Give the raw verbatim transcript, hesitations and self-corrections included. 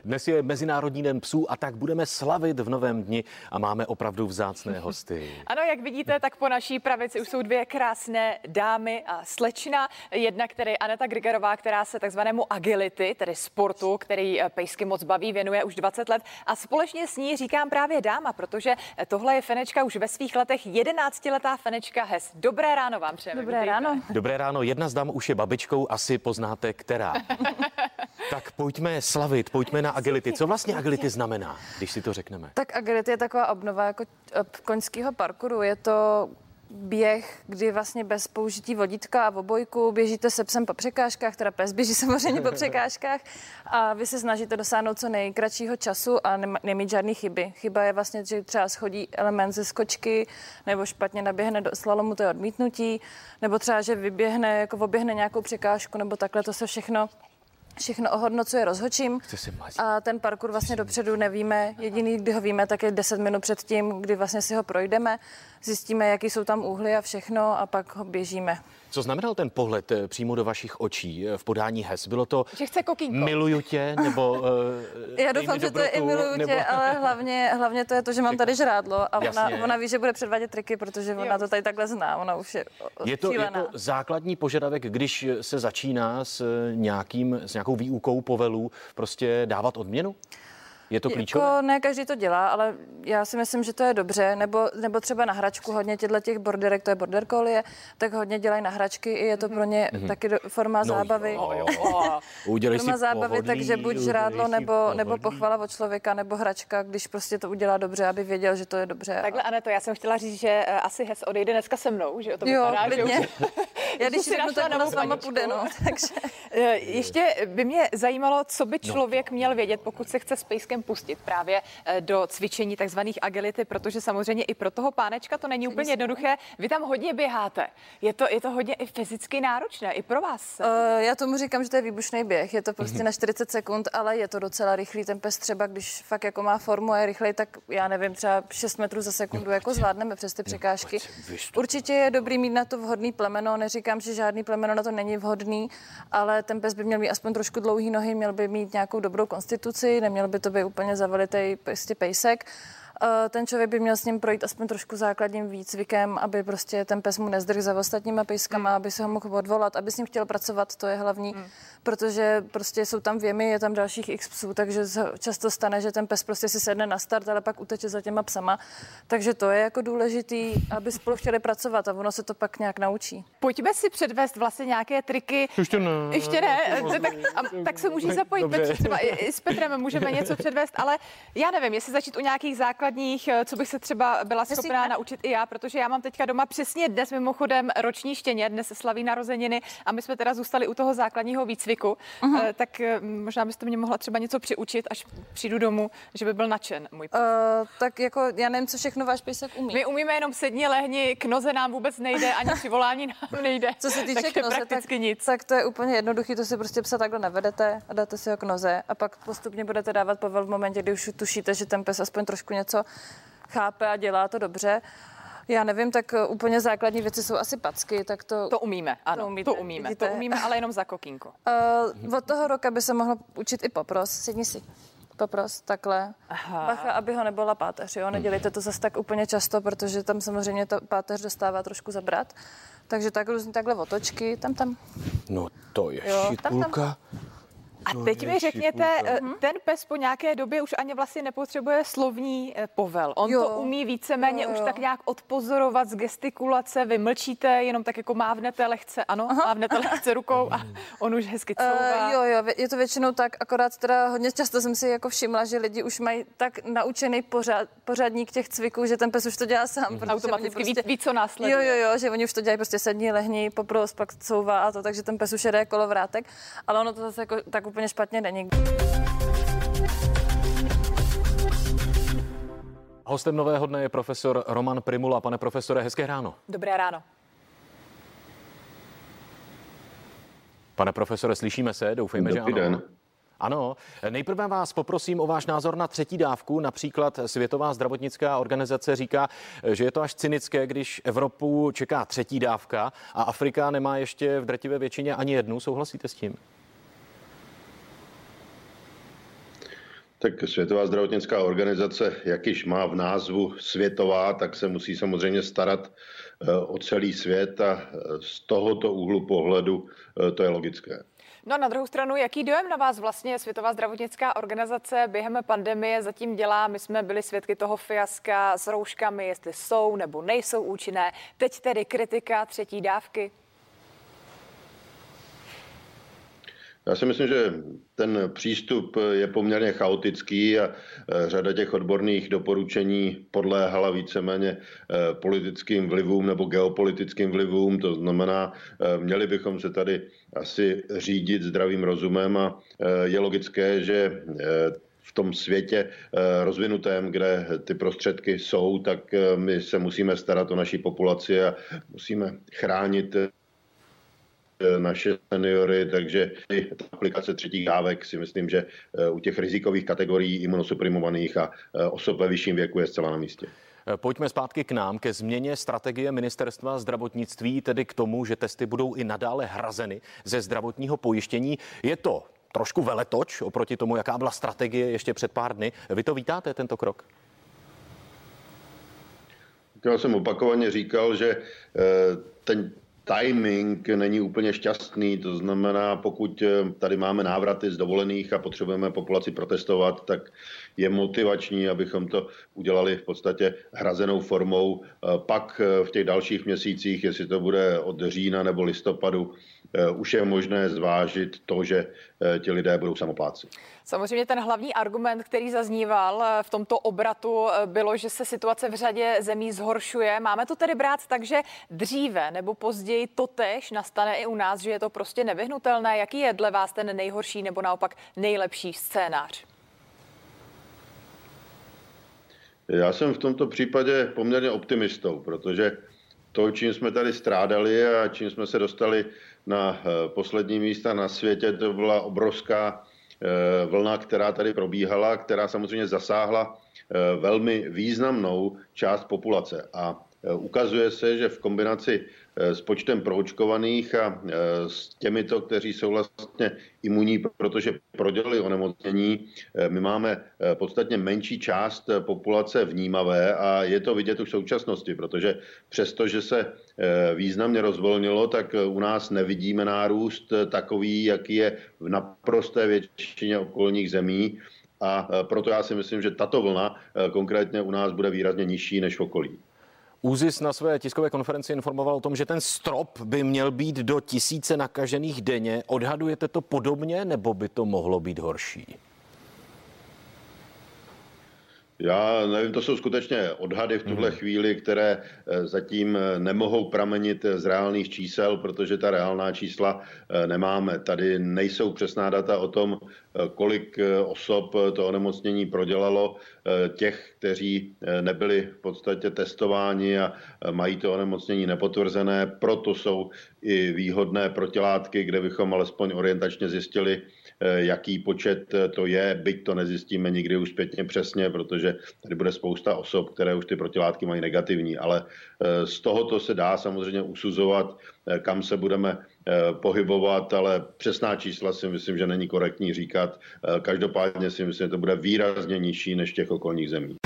Dnes je Mezinárodní den psů a tak budeme slavit v novém dni a máme opravdu vzácné hosty. Ano, jak vidíte, tak po naší pravici už jsou dvě krásné dámy a slečna. Jedna, která je Aneta Grigerová, která se takzvanému agility, tedy sportu, který pejsky moc baví, věnuje už dvacet let. A společně s ní říkám právě dáma, protože tohle je fenečka už ve svých letech, jedenáctiletá fenečka Hes. Dobré ráno vám přejeme. Dobré ráno. Dobré ráno. Jedna z dám už je babičkou, asi poznáte která. Tak pojďme slavit, pojďme na agility. Co vlastně agility znamená, když si to řekneme? Tak agility je taková obnova jako koňského parkouru. Je to běh, kdy vlastně bez použití vodítka a obojku běžíte se psem po překážkách, teda pes běží samozřejmě po překážkách a vy se snažíte dosáhnout co nejkratšího času a nemít žádný chyby. Chyba je vlastně, že třeba schodí element ze skočky nebo špatně naběhne do slalomu, to je odmítnutí, nebo třeba, že vyběhne, jako oběhne nějakou překážku nebo takhle, to se všechno Všechno ohodnocuje rozhodčím a ten parkour vlastně dopředu nevíme. Jediný, kdy ho víme, tak je deset minut před tím, kdy vlastně si ho projdeme, zjistíme, jaký jsou tam úhly a všechno a pak ho běžíme. Co znamenal ten pohled přímo do vašich očí v podání Hes? Bylo to že chce kokínko. Miluju tě, nebo uh, já doufám, že to je i miluju tě, nebo... ale hlavně, hlavně to je to, že mám tady žrádlo a ona, ona ví, že bude předvádět triky, protože ona jo. to tady takhle zná, ona už je je to, je to základní požadavek, když se začíná s, nějakým, s nějakou výukou povelů, prostě dávat odměnu? Je to klíčové? Jako ne každý to dělá, ale já si myslím, že to je dobře. Nebo, nebo třeba na hračku hodně těchto těch borderek, to je border collie, tak hodně dělají na hračky i je to pro ně mm-hmm. taky do, forma no, zábavy. Jo, jo. Udělej forma si zábavy, pohodlí, takže buď žrádlo nebo, nebo pochvala od člověka, nebo hračka, když prostě to udělá dobře, aby věděl, že to je dobře. Takhle, Aneto, já jsem chtěla říct, že asi Hes odejde dneska se mnou, že o to jo, vypadá, že už... Já když si řeknu, tak ona s váma půjde, no. Takže... Ještě by mě zajímalo, co by člověk měl vědět, pokud se chce s pejskem pustit právě do cvičení takzvaných agility, protože samozřejmě i pro toho pánečka to není úplně jednoduché. Vy tam hodně běháte. Je to, je to hodně i fyzicky náročné, i pro vás. Uh, já tomu říkám, že to je výbušný běh. Je to prostě na čtyřicet sekund, ale je to docela rychlý. Ten pes třeba, když fakt jako má formu a je rychlej, tak já nevím, třeba šest metrů za sekundu jako zvládneme přes ty překážky. Určitě je dobrý mít na to vhodný plemeno. Neříkám, že žádný plemeno na to není vhodný, ale ten pes by měl mít aspoň trošku dlouhý nohy, měl by mít nějakou dobrou konstituci, neměl by to být úplně zavalitej prostě pejsek. Ten člověk by měl s ním projít aspoň trošku základním výcvikem, aby prostě ten pes mu nezdrhl za ostatníma pejskama, mm. aby se ho mohl odvolat, aby s ním chtěl pracovat, to je hlavní, mm. protože prostě jsou tam věmy, je tam dalších x psů, takže často stane, že ten pes prostě si sedne na start, ale pak uteče za těma psama, takže to je jako důležitý, aby spolu chtěli pracovat a ono se to pak nějak naučí. Pojďme si předvést vlastně nějaké triky. Ještě ne. Ještě ne, tak, a, tak se může zapojit Petr, třeba i, i s Petrem můžeme něco předvést, ale já nevím, jestli začít u nějakých základních, co bych se třeba byla schopná Jestli... naučit i já, protože já mám teďka doma přesně dnes mimochodem roční štěně, dnes se slaví narozeniny a my jsme teda zůstali u toho základního výcviku, uh-huh. tak možná byste mě mohla třeba něco přiučit, až přijdu domů, že by byl nadšen můj pes. Uh, tak jako já nevím, co všechno váš pejsek umí. My umíme jenom sedni, lehni, k noze nám vůbec nejde, ani přivolání nám nejde. Co se týče k noze, tak, nic. tak to je úplně jednoduchý, to si prostě psa takhle navedete a dáte si ho k noze a pak postupně budete dávat povel v momentě, kdy už tušíte, že ten pes aspoň trošku něco chápe a dělá to dobře. Já nevím, tak úplně základní věci jsou asi packy, tak to... To umíme, ano, to, umíte, to umíme, vidíte? To umíme, ale jenom za kokínko. Uh, od toho roka by se mohlo učit i popros, sedni si. Popros, takhle. Aha. Bacha, aby ho nebyla páteř, jo, nedělejte to zase tak úplně často, protože tam samozřejmě ta páteř dostává trošku zabrat. Takže tak různě takhle otočky, tam, tam. No to je jo, šitulka. Tam, tam. A teď mi řekněte, ten pes po nějaké době už ani vlastně nepotřebuje slovní povel. On jo. to umí víceméně jo, jo. už tak nějak odpozorovat z gestikulace, vy mlčíte, jenom tak jako mávnete lehce, ano, Aha. mávnete lehce rukou a on už hezky couvá. Uh, jo, jo, je to většinou tak, akorát teda hodně často jsem si jako všimla, že lidi už mají tak naučený pořad, pořadník těch cviků, že ten pes už to dělá sám. Mm. Automaticky prostě, ví, ví, co následuje. Jo, jo, jo, že oni už to dělají prostě sedni, lehni, popros, pak couvá a to, takže ten pes už jede kolovrátek, ale ono to zase jako tak úplně špatně není. Hostem nového dne je profesor Roman Prymula. Pane profesore, hezké ráno. Dobré ráno. Pane profesore, slyšíme se? Doufejme, Dobrý že ano. Den. Ano, nejprve vás poprosím o váš názor na třetí dávku. Například Světová zdravotnická organizace říká, že je to až cynické, když Evropu čeká třetí dávka a Afrika nemá ještě v drtivé většině ani jednu. Souhlasíte s tím? Tak Světová zdravotnická organizace, jak již má v názvu světová, tak se musí samozřejmě starat o celý svět a z tohoto úhlu pohledu to je logické. No a na druhou stranu, jaký dojem na vás vlastně Světová zdravotnická organizace během pandemie zatím dělá? My jsme byli svědky toho fiaska s rouškami, jestli jsou nebo nejsou účinné. Teď tedy kritika třetí dávky. Já si myslím, že ten přístup je poměrně chaotický a řada těch odborných doporučení podléhala víceméně politickým vlivům nebo geopolitickým vlivům. To znamená, měli bychom se tady asi řídit zdravým rozumem a je logické, že v tom světě rozvinutém, kde ty prostředky jsou, tak my se musíme starat o naši populaci a musíme chránit naše seniory, takže ta aplikace třetích dávek si myslím, že u těch rizikových kategorií imunosuprimovaných a osob ve vyšším věku je zcela na místě. Pojďme zpátky k nám, ke změně strategie ministerstva zdravotnictví, tedy k tomu, že testy budou i nadále hrazeny ze zdravotního pojištění. Je to trošku veletoč oproti tomu, jaká byla strategie ještě před pár dny. Vy to vítáte, tento krok? Já jsem opakovaně říkal, že ten timing není úplně šťastný, to znamená, pokud tady máme návraty z dovolených a potřebujeme populaci protestovat, tak je motivační, abychom to udělali v podstatě hrazenou formou. Pak v těch dalších měsících, jestli to bude od října nebo listopadu, už je možné zvážit to, že ti lidé budou samopláci. Samozřejmě ten hlavní argument, který zazníval v tomto obratu, bylo, že se situace v řadě zemí zhoršuje. Máme to tedy brát tak, že dříve nebo později totéž nastane i u nás, že je to prostě nevyhnutelné. Jaký je dle vás ten nejhorší nebo naopak nejlepší scénář? Já jsem v tomto případě poměrně optimistou, protože to, čím jsme tady strádali a čím jsme se dostali na poslední místa na světě, to byla obrovská vlna, která tady probíhala, která samozřejmě zasáhla velmi významnou část populace. A ukazuje se, že v kombinaci s počtem proočkovaných a s těmito, kteří jsou vlastně imunní, protože prodělali onemocnění, my máme podstatně menší část populace vnímavé a je to vidět už v současnosti, protože přesto, že se významně rozvolnilo, tak u nás nevidíme nárůst takový, jaký je v naprosté většině okolních zemí. A proto já si myslím, že tato vlna konkrétně u nás bude výrazně nižší než v okolí. ÚZIS na své tiskové konferenci informoval o tom, že ten strop by měl být do tisíce nakažených denně. Odhadujete to podobně, nebo by to mohlo být horší? Já nevím, to jsou skutečně odhady v tuhle chvíli, které zatím nemohou pramenit z reálných čísel, protože ta reálná čísla nemáme. Tady nejsou přesná data o tom, kolik osob to onemocnění prodělalo, těch, kteří nebyli v podstatě testováni a mají to onemocnění nepotvrzené. Proto jsou i výhodné protilátky, kde bychom alespoň orientačně zjistili, jaký počet to je, byť to nezjistíme nikdy už zpětně přesně, protože tady bude spousta osob, které už ty protilátky mají negativní, ale z tohoto se dá samozřejmě usuzovat, kam se budeme pohybovat, ale přesná čísla si myslím, že není korektní říkat. Každopádně si myslím, že to bude výrazně nižší než v těch okolních zemích.